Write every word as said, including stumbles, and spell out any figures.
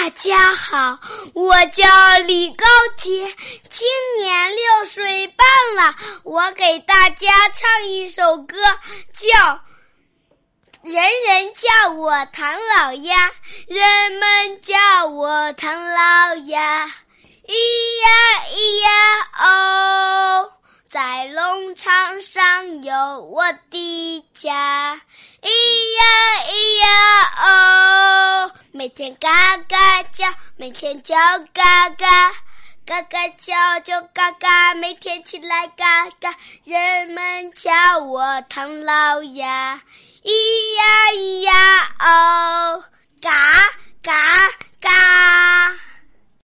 大家好，我叫李高洁，今年六岁半了。我给大家唱一首歌，叫《人人叫我唐老鸭》，人们叫我唐老鸭，咿呀咿呀哦，在农场上有我的家，咿呀咿呀哦，每天嘎嘎叫，每天叫嘎嘎，嘎嘎叫就嘎嘎，每天起来嘎嘎，人们叫我唐老鸭，咿呀咿呀哦，嘎嘎嘎。